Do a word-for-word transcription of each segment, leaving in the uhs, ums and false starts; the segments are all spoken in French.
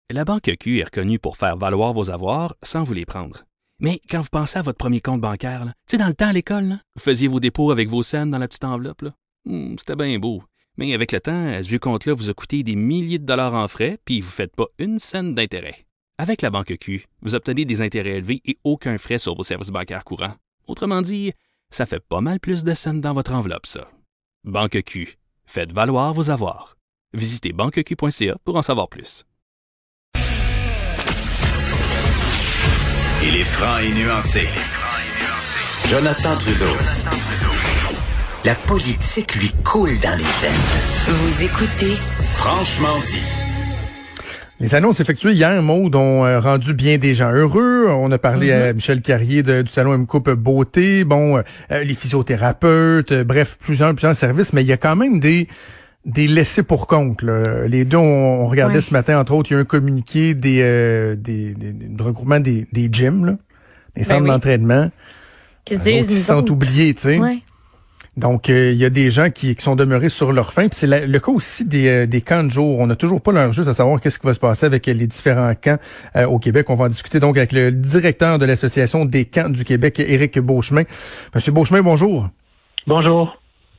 La Banque Q est reconnue pour faire valoir vos avoirs sans vous les prendre. Mais quand vous pensez à votre premier compte bancaire, tu sais, dans le temps à l'école, là, vous faisiez vos dépôts avec vos scènes dans la petite enveloppe. Là. Hum, c'était bien beau. Mais avec le temps, ce vieux compte-là vous a coûté des milliers de dollars en frais, puis vous ne faites pas une scène d'intérêt. Avec la Banque Q, vous obtenez des intérêts élevés et aucun frais sur vos services bancaires courants. Autrement dit, ça fait pas mal plus de scènes dans votre enveloppe, ça. Banque Q. Faites valoir vos avoirs. Visitez banque q point c a pour en savoir plus. Il est franc et nuancé. Jonathan Trudeau. La politique lui coule dans les veines. Vous écoutez Franchement dit. Les annonces effectuées hier, Maud, ont euh, rendu bien des gens heureux. On a parlé mm-hmm. à Michel Carrier de, du salon M-Coupe Beauté, bon, euh, les physiothérapeutes, euh, bref, plusieurs, plusieurs services, mais il y a quand même des des laissés pour compte. Là. Les deux, on, on regardait ouais. ce matin, entre autres, il y a un communiqué des euh, des, des, des regroupements des, des gyms, là, des centres ben oui. d'entraînement, qui se disent, qui sont oubliés, tu sais. Ouais. Donc, il euh, y a des gens qui, qui sont demeurés sur leur faim. Puis c'est la, le cas aussi des, euh, des camps de jour. On n'a toujours pas l'heure juste à savoir qu'est-ce qui va se passer avec les différents camps euh, au Québec. On va en discuter donc avec le directeur de l'Association des camps du Québec, Éric Beauchemin. Monsieur Beauchemin, bonjour. Bonjour.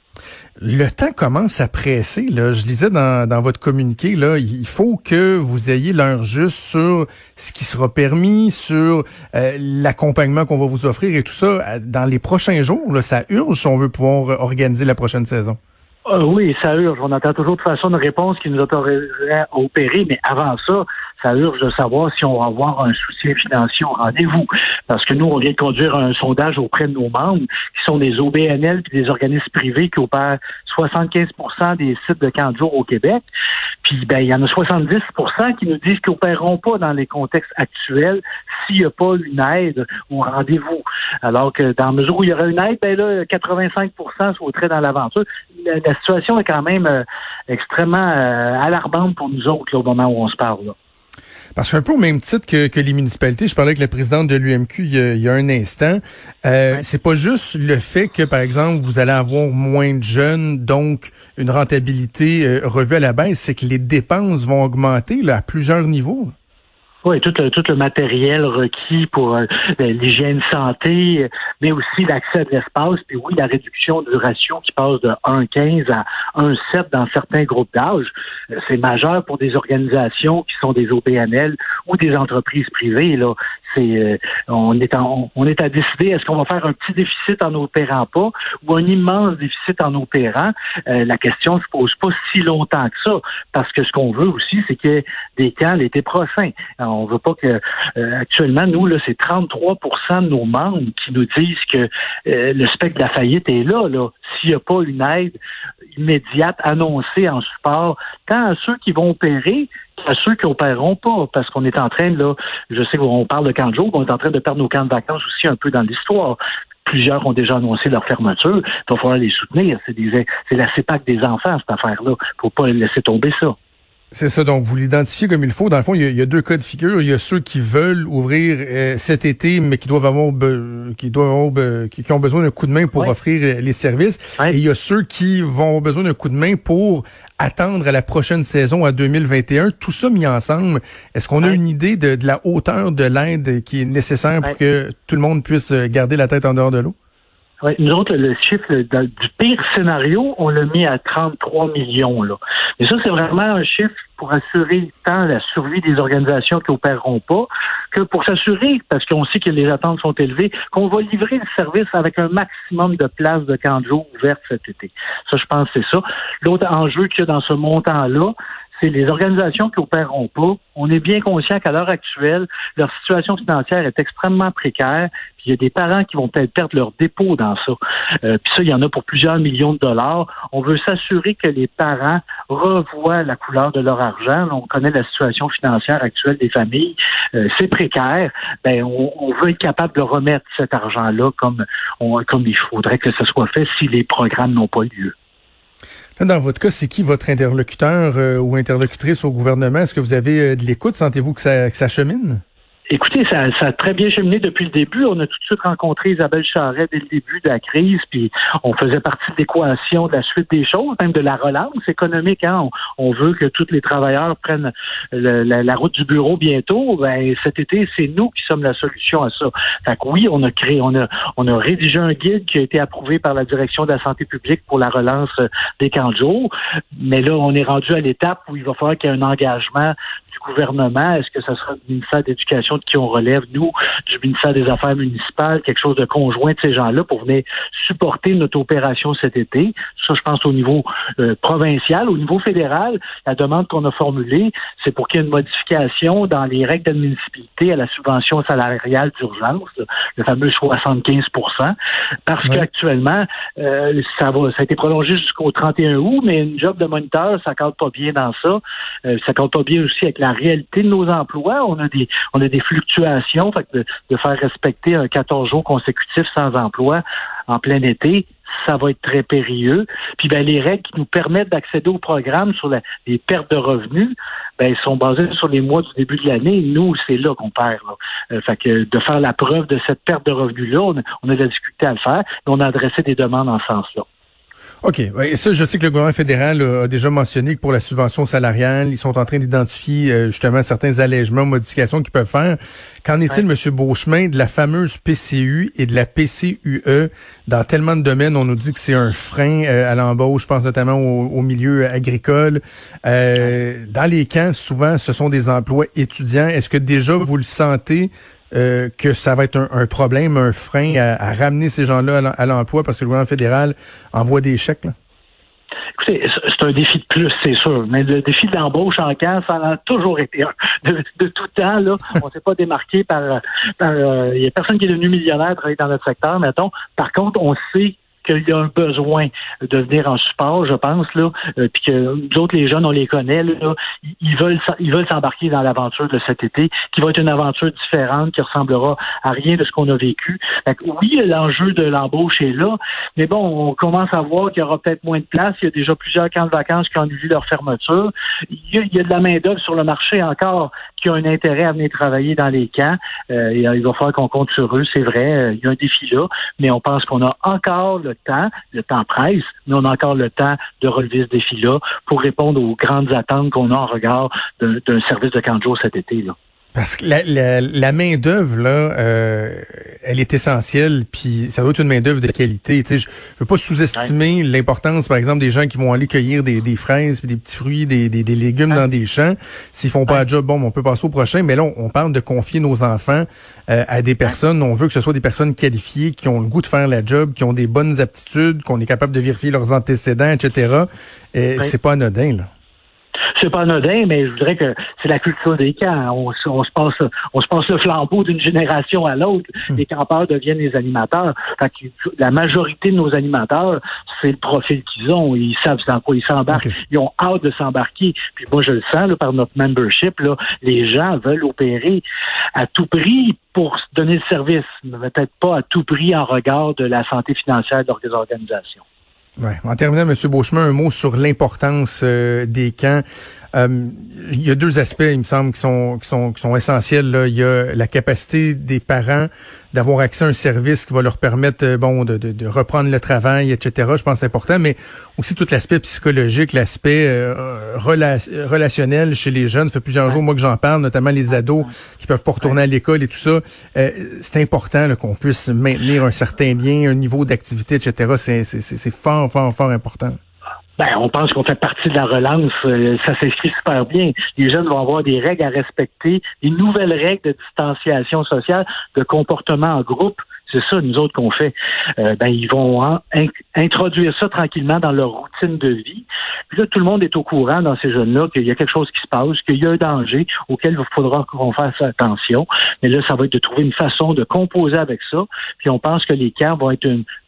Le temps commence à presser. Là. Je lisais dans, dans votre communiqué, là, il faut que vous ayez l'heure juste sur ce qui sera permis, sur euh, l'accompagnement qu'on va vous offrir et tout ça. Dans les prochains jours, là, ça urge si on veut pouvoir organiser la prochaine saison. Euh, oui, ça urge. On attend toujours de toute façon une réponse qui nous autoriserait à opérer, mais avant ça, ça urge de savoir si on va avoir un soutien financier au rendez-vous. Parce que nous, on vient de conduire un sondage auprès de nos membres, qui sont des O B N L et des organismes privés qui opèrent soixante-quinze pour cent des sites de camps de jour au Québec. Puis, ben, il y en a soixante-dix pour cent qui nous disent qu'ils n'opéreront pas dans les contextes actuels s'il n'y a pas une aide au rendez-vous. Alors que dans la mesure où il y aura une aide, ben là, quatre-vingt-cinq pour cent sauteraient dans l'aventure. La, la situation est quand même euh, extrêmement euh, alarmante pour nous autres là, au moment où on se parle. Là. Parce qu'un peu au même titre que, que les municipalités, je parlais avec la présidente de l'U M Q il y a, il y a un instant, euh, ouais. c'est pas juste le fait que, par exemple, vous allez avoir moins de jeunes, donc une rentabilité euh, revue à la baisse, c'est que les dépenses vont augmenter là, à plusieurs niveaux. Oui, tout le, tout le matériel requis pour euh, l'hygiène santé, mais aussi l'accès à de l'espace, puis oui, la réduction du ratio qui passe de un virgule quinze à un virgule sept dans certains groupes d'âge, c'est majeur pour des organisations qui sont des O B N L ou des entreprises privées, là. C'est, euh, on est en, on est à décider, est-ce qu'on va faire un petit déficit en n'opérant pas ou un immense déficit en opérant? Euh, la question ne se pose pas si longtemps que ça, parce que ce qu'on veut aussi, c'est qu'il y ait des camps l'été prochain. Alors, on veut pas que, euh, actuellement, nous, là, c'est trente-trois pour cent de nos membres qui nous disent que euh, le spectre de la faillite est là, là. S'il n'y a pas une aide immédiate annoncée en support, tant à ceux qui vont opérer qu'à ceux qui opéreront pas, parce qu'on est en train, là, je sais qu'on parle de camp de jour, mais on est en train de perdre nos camps de vacances aussi un peu dans l'histoire. Plusieurs ont déjà annoncé leur fermeture. Il va falloir les soutenir. C'est, des, c'est la C E P A C des enfants, cette affaire-là. Faut pas laisser tomber ça. C'est ça, donc vous l'identifiez comme il faut. Dans le fond, il y a, il y a deux cas de figure. Il y a ceux qui veulent ouvrir euh, cet été, mais qui doivent avoir, be- qui doivent avoir be- qui, qui ont besoin d'un coup de main pour ouais. offrir les services. Ouais. Et il y a ceux qui vont avoir besoin d'un coup de main pour attendre à la prochaine saison, à deux mille vingt et un. Tout ça mis ensemble, est-ce qu'on ouais. a une idée de, de la hauteur de l'aide qui est nécessaire pour ouais. que tout le monde puisse garder la tête en dehors de l'eau? Oui, nous autres, le chiffre de, du pire scénario, on l'a mis à trente-trois millions, là. Mais ça, c'est vraiment un chiffre pour assurer tant la survie des organisations qui opéreront pas, que pour s'assurer, parce qu'on sait que les attentes sont élevées, qu'on va livrer le service avec un maximum de places de camps de jour ouvertes cet été. Ça, je pense que c'est ça. L'autre enjeu qu'il y a dans ce montant-là, c'est les organisations qui opéreront pas. On est bien conscient qu'à l'heure actuelle, leur situation financière est extrêmement précaire. Puis il y a des parents qui vont peut-être perdre leur dépôt dans ça. Euh, puis ça, il y en a pour plusieurs millions de dollars. On veut s'assurer que les parents revoient la couleur de leur argent. On connaît la situation financière actuelle des familles. Euh, c'est précaire. Ben, on, on veut être capable de remettre cet argent-là comme, on, comme il faudrait que ce soit fait si les programmes n'ont pas lieu. Là, dans votre cas, c'est qui votre interlocuteur euh, ou interlocutrice au gouvernement? Est-ce que vous avez euh, de l'écoute? Sentez-vous que ça, que ça chemine? Écoutez, ça, ça a très bien cheminé depuis le début. On a tout de suite rencontré Isabelle Charret dès le début de la crise, puis on faisait partie de l'équation de la suite des choses, même de la relance économique. Hein. On, on veut que tous les travailleurs prennent le, la, la route du bureau bientôt. Ben, cet été, c'est nous qui sommes la solution à ça. Fait que oui, on a créé, on a, on a rédigé un guide qui a été approuvé par la direction de la santé publique pour la relance des camps de jour. Mais là, on est rendu à l'étape où il va falloir qu'il y ait un engagement du gouvernement. Est-ce que ça sera du ministère de l'Éducation de qui on relève, nous, du ministère des Affaires municipales, quelque chose de conjoint de ces gens-là pour venir supporter notre opération cet été? Ça, je pense au niveau euh, provincial. Au niveau fédéral, la demande qu'on a formulée, c'est pour qu'il y ait une modification dans les règles d'admissibilité à la subvention salariale d'urgence, le fameux soixante-quinze pour cent, parce oui. qu'actuellement, euh, ça va, ça a été prolongé jusqu'au trente et un août, mais une job de moniteur, ça cadre pas bien dans ça. Euh, ça cadre pas bien aussi avec la réalité de nos emplois. On a des, on a des fluctuations, fait que de, de faire respecter un quatorze jours consécutifs sans emploi en plein été, ça va être très périlleux. Puis ben les règles qui nous permettent d'accéder au programme sur la, les pertes de revenus, ben elles sont basées sur les mois du début de l'année. Nous, c'est là qu'on perd. Là. Euh, fait que de faire la preuve de cette perte de revenus-là, on a, on a de la difficulté à le faire, mais on a adressé des demandes en ce sens-là. OK. Et ça, je sais que le gouvernement fédéral là, a déjà mentionné que pour la subvention salariale, ils sont en train d'identifier euh, justement certains allègements, modifications qu'ils peuvent faire. Qu'en est-il, ouais. M. Beauchemin, de la fameuse P C U et de la P C U E? Dans tellement de domaines, on nous dit que c'est un frein euh, à l'embauche, je pense notamment au, au milieu agricole. Euh, dans les camps, souvent, ce sont des emplois étudiants. Est-ce que déjà vous le sentez? Euh, que ça va être un, un problème, un frein à, à ramener ces gens-là à l'emploi parce que le gouvernement fédéral envoie des chèques, là? Écoutez, c'est un défi de plus, c'est sûr. Mais le défi de l'embauche en camp, ça en a toujours été un. De, de tout temps, là, on s'est pas démarqué par... par euh, il y a personne qui est devenu millionnaire de travailler dans notre secteur, mettons. Par contre, on sait qu'il y a un besoin de venir en support, je pense, là, euh, puis que nous autres, les jeunes, on les connaît, là, ils veulent ils veulent s'embarquer dans l'aventure de cet été, qui va être une aventure différente, qui ressemblera à rien de ce qu'on a vécu. Fait que, oui, l'enjeu de l'embauche est là, mais bon, on commence à voir qu'il y aura peut-être moins de place. Il y a déjà plusieurs camps de vacances qui ont annulé leur fermeture. Il y a, il y a de la main-d'œuvre sur le marché encore qui a un intérêt à venir travailler dans les camps. Euh, il va falloir qu'on compte sur eux, c'est vrai. Il y a un défi là, mais on pense qu'on a encore le temps, le temps presse, mais on a encore le temps de relever ce défi-là pour répondre aux grandes attentes qu'on a en regard d'un, d'un service de camp de jour cet été, là. Parce que la, la, la main d'œuvre là, euh, elle est essentielle, puis ça doit être une main d'œuvre de qualité. Tu sais, je, je veux pas sous-estimer ouais. l'importance, par exemple, des gens qui vont aller cueillir des, des fraises, puis des petits fruits, des, des, des légumes ouais. dans des champs. S'ils font pas ouais. le job, bon, on peut passer au prochain. Mais là, on, on parle de confier nos enfants euh, à des personnes. On veut que ce soit des personnes qualifiées, qui ont le goût de faire la job, qui ont des bonnes aptitudes, qu'on est capable de vérifier leurs antécédents, et cetera. Et ouais. c'est pas anodin, là. C'est pas anodin, mais je voudrais que c'est la culture des camps. On, on se passe, on se passe le flambeau d'une génération à l'autre. Les campeurs deviennent les animateurs. Fait que la majorité de nos animateurs, c'est le profil qu'ils ont. Ils savent dans quoi ils s'embarquent. Okay. Ils ont hâte de s'embarquer. Puis moi, je le sens là, par notre membership. Là, les gens veulent opérer à tout prix pour donner le service, mais peut-être pas à tout prix en regard de la santé financière de leurs organisations. Ouais. En terminant, M. Beauchemin, un mot sur l'importance euh, des camps. Euh, il y a deux aspects, il me semble, qui sont qui sont qui sont essentiels. Là. Il y a la capacité des parents d'avoir accès à un service qui va leur permettre, euh, bon, de, de, de reprendre le travail, et cetera. Je pense que c'est important, mais aussi tout l'aspect psychologique, l'aspect euh, rela- relationnel chez les jeunes. Ça fait plusieurs jours, moi, que j'en parle, notamment les ados qui peuvent pas retourner à l'école et tout ça. Euh, c'est important là, qu'on puisse maintenir un certain lien, un niveau d'activité, et cetera. C'est, c'est, c'est fort, fort, fort important. Ben, on pense qu'on fait partie de la relance. Euh, ça s'inscrit super bien. Les jeunes vont avoir des règles à respecter, des nouvelles règles de distanciation sociale, de comportement en groupe. C'est ça, nous autres, qu'on fait. Euh, ben, ils vont en, in, introduire ça tranquillement dans leur routine de vie. Puis là, tout le monde est au courant dans ces jeunes-là qu'il y a quelque chose qui se passe, qu'il y a un danger auquel il faudra qu'on fasse attention. Mais là, ça va être de trouver une façon de composer avec ça. Puis on pense que les camps vont être une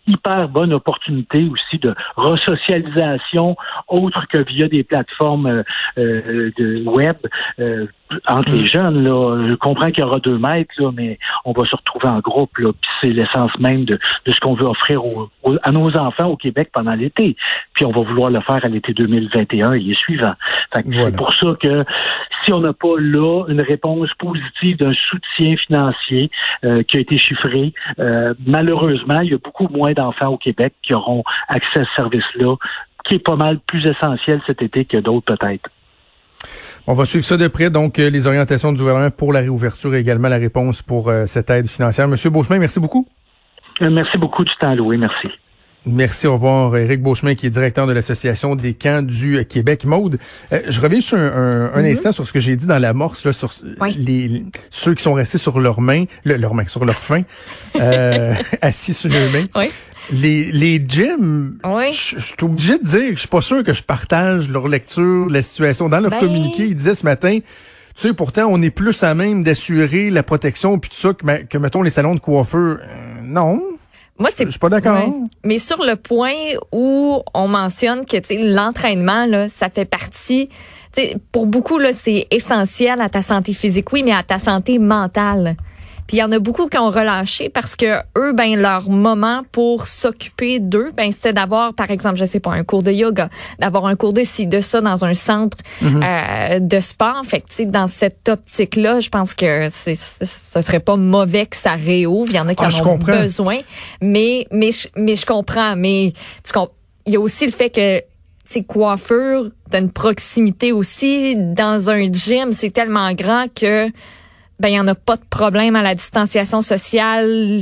hyper bonne opportunité aussi de resocialisation autre que via des plateformes euh, euh, de web euh, entre les jeunes. Là. Je comprends qu'il y aura deux mètres, là, mais on va se retrouver en groupe. Là, puis c'est l'essence même de, de ce qu'on veut offrir aux, aux, à nos enfants au Québec pendant l'été. Puis on va vouloir le faire à l'été deux mille vingt et un et les suivants. Fait que voilà. C'est pour ça que si on n'a pas là une réponse positive d'un soutien financier euh, qui a été chiffré, euh, malheureusement, il y a beaucoup moins d'enfants au Québec qui auront accès à ce service-là, qui est pas mal plus essentiel cet été que d'autres peut-être. On va suivre ça de près, donc euh, les orientations du gouvernement pour la réouverture et également la réponse pour euh, cette aide financière. Monsieur Beauchemin, merci beaucoup. Euh, merci beaucoup du temps alloué, merci. Merci, au revoir. Éric Beauchemin, qui est directeur de l'Association des camps du Québec. Maude, euh, je reviens juste un, un, un mm-hmm. instant sur ce que j'ai dit dans l'amorce, là, sur oui. les ceux qui sont restés sur leurs mains, le, leurs mains, sur leurs fins, euh, assis sur leurs mains. Oui. Les, les gyms, oui. je suis obligé de dire que je suis pas sûr que je partage leur lecture, la situation. Dans leur ben... communiqué, ils disaient ce matin, tu sais, pourtant, on est plus à même d'assurer la protection puis tout ça que, que mettons, les salons de coiffeur. Euh, non. Moi, c'est, je suis pas d'accord. Ouais. Mais sur le point où on mentionne que, tu sais, l'entraînement, là, ça fait partie, tu sais, pour beaucoup, là, c'est essentiel à ta santé physique, oui, mais à ta santé mentale. Puis il y en a beaucoup qui ont relâché parce que eux, ben leur moment pour s'occuper d'eux, ben c'était d'avoir, par exemple, je sais pas, un cours de yoga, d'avoir un cours de ci, de ça dans un centre mm-hmm. euh, de sport. Fait que tu sais, dans cette optique-là, je pense que c'est, ce serait pas mauvais que ça réouvre. Il y en a qui ah, en ont comprends. besoin, mais mais mais je comprends. Mais tu comp- il y a aussi le fait que c'est coiffure, t'as une proximité aussi dans un gym, c'est tellement grand que ben il y en a pas de problème à la distanciation sociale,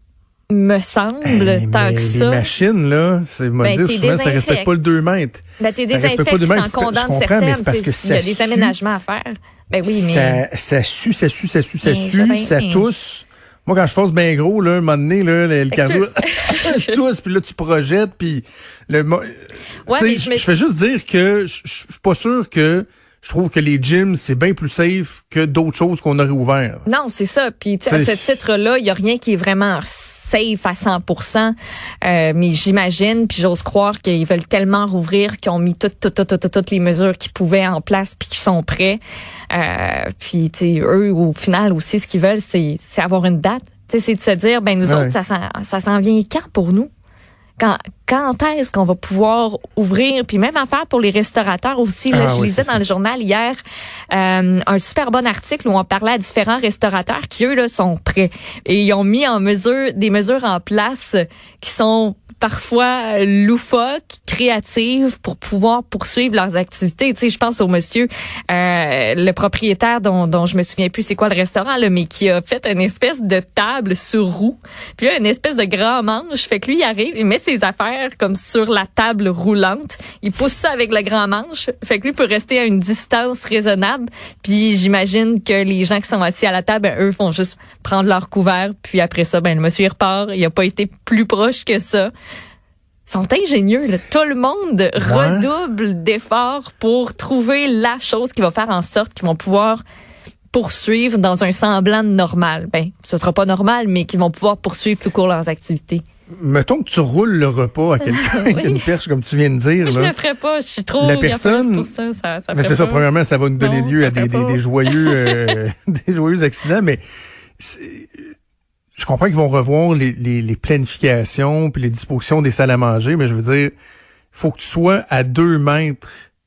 me semble, hey, tant que ça. Les machines là, c'est moi ben, dire souvent ça respecte pas le deux mètres. Ben t'es désinfecté, tu t'en condamnes certaines, il y a des aménagements à faire. Ben oui, mais ça, ça sue, ça sue, ça sue, ça sue, ben, ça tousse. Moi, quand je force bien gros, là, un moment donné, là, le, le cardio, je tousse, puis là, tu projettes, puis le, ouais, tu sais, je, je fais juste dire que je, je suis pas sûr que je trouve que les gyms, c'est bien plus safe que d'autres choses qu'on aurait ouvert. Non, c'est ça. Puis à ce titre-là, il y a rien qui est vraiment safe à cent pour cent. Euh, mais j'imagine, puis j'ose croire qu'ils veulent tellement rouvrir qu'ils ont mis toutes, toutes, toutes, toutes, toutes les mesures qu'ils pouvaient en place puis qu'ils sont prêts. Euh, puis tu sais, eux, au final aussi, ce qu'ils veulent, c'est, c'est avoir une date. Tu sais, c'est de se dire, ben nous ouais. autres, ça s'en, ça s'en vient quand pour nous? Quand, quand est-ce qu'on va pouvoir ouvrir, puis même affaire pour les restaurateurs aussi. Là, ah, je oui, lisais dans ça. Le journal hier euh, un super bon article où on parlait à différents restaurateurs qui, eux, là, sont prêts. Et ils ont mis en mesure des mesures en place qui sont parfois loufoques, créatives pour pouvoir poursuivre leurs activités. Tu sais, je pense au monsieur, euh, le propriétaire dont, dont je me souviens plus c'est quoi le restaurant, là, mais qui a fait une espèce de table sur roue. Puis là, une espèce de grand manche. Fait que lui, il arrive, il met ses affaires comme sur la table roulante. Il pousse ça avec le grand manche. Fait que lui peut rester à une distance raisonnable. Puis j'imagine que les gens qui sont assis à la table, ben, eux, font juste prendre leur couvert. Puis après ça, ben le monsieur il repart. Il a pas été plus proche que ça. Ils sont ingénieux, là. Tout le monde ouais. redouble d'efforts pour trouver la chose qui va faire en sorte qu'ils vont pouvoir poursuivre dans un semblant de normal. Ben, ce sera pas normal, mais qu'ils vont pouvoir poursuivre tout court leurs activités. Mettons que tu roules le repas à quelqu'un oui. avec une perche, comme tu viens de dire. Moi, je là. le ferais pas. Je suis trop la personne, pour ça. ça, ça mais c'est ça, premièrement, ça va nous donner non, lieu à des, des, des joyeux euh, des joyeux accidents, mais c'est, je comprends qu'ils vont revoir les, les, les planifications puis les dispositions des salles à manger, mais je veux dire, faut que tu sois à deux mètres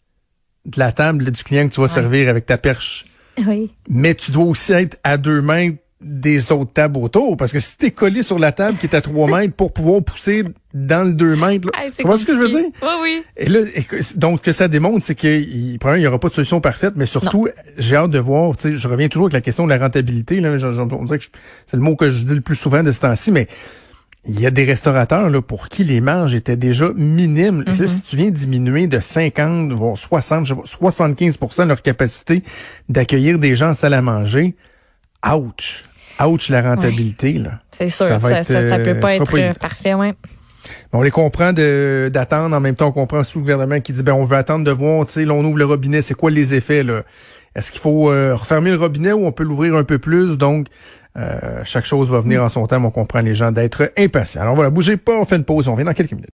de la table là, du client que tu vas ouais. servir avec ta perche. Oui. Mais tu dois aussi être à deux mètres des autres tables autour, parce que si t'es collé sur la table qui est à trois mètres pour pouvoir pousser dans le deux mètres, là, tu vois ce que je veux dire? Oui, oui. Et là, donc, ce que ça démontre, c'est qu'il il y aura pas de solution parfaite, mais surtout, non. j'ai hâte de voir, tu sais, je reviens toujours avec la question de la rentabilité, là, je, je, on dirait que je, c'est le mot que je dis le plus souvent de ce temps-ci, mais il y a des restaurateurs, là, pour qui les marges étaient déjà minimes. Mm-hmm. Et là, si tu viens diminuer de cinquante, voire soixante, soixante-quinze pour cent de leur capacité d'accueillir des gens en salle à manger, ouch! Ouch, la rentabilité, ouais. là. C'est sûr, ça, ça, être, ça, ça peut pas être pas parfait, ouais. On les comprend de, d'attendre. En même temps, on comprend aussi le gouvernement qui dit, ben, on veut attendre de voir, tu sais, là, on ouvre le robinet. C'est quoi les effets, là? Est-ce qu'il faut euh, refermer le robinet ou on peut l'ouvrir un peu plus? Donc, Euh, chaque chose va venir en son temps, mais on comprend les gens d'être impatients. Alors voilà, bougez pas, on fait une pause, on revient dans quelques minutes.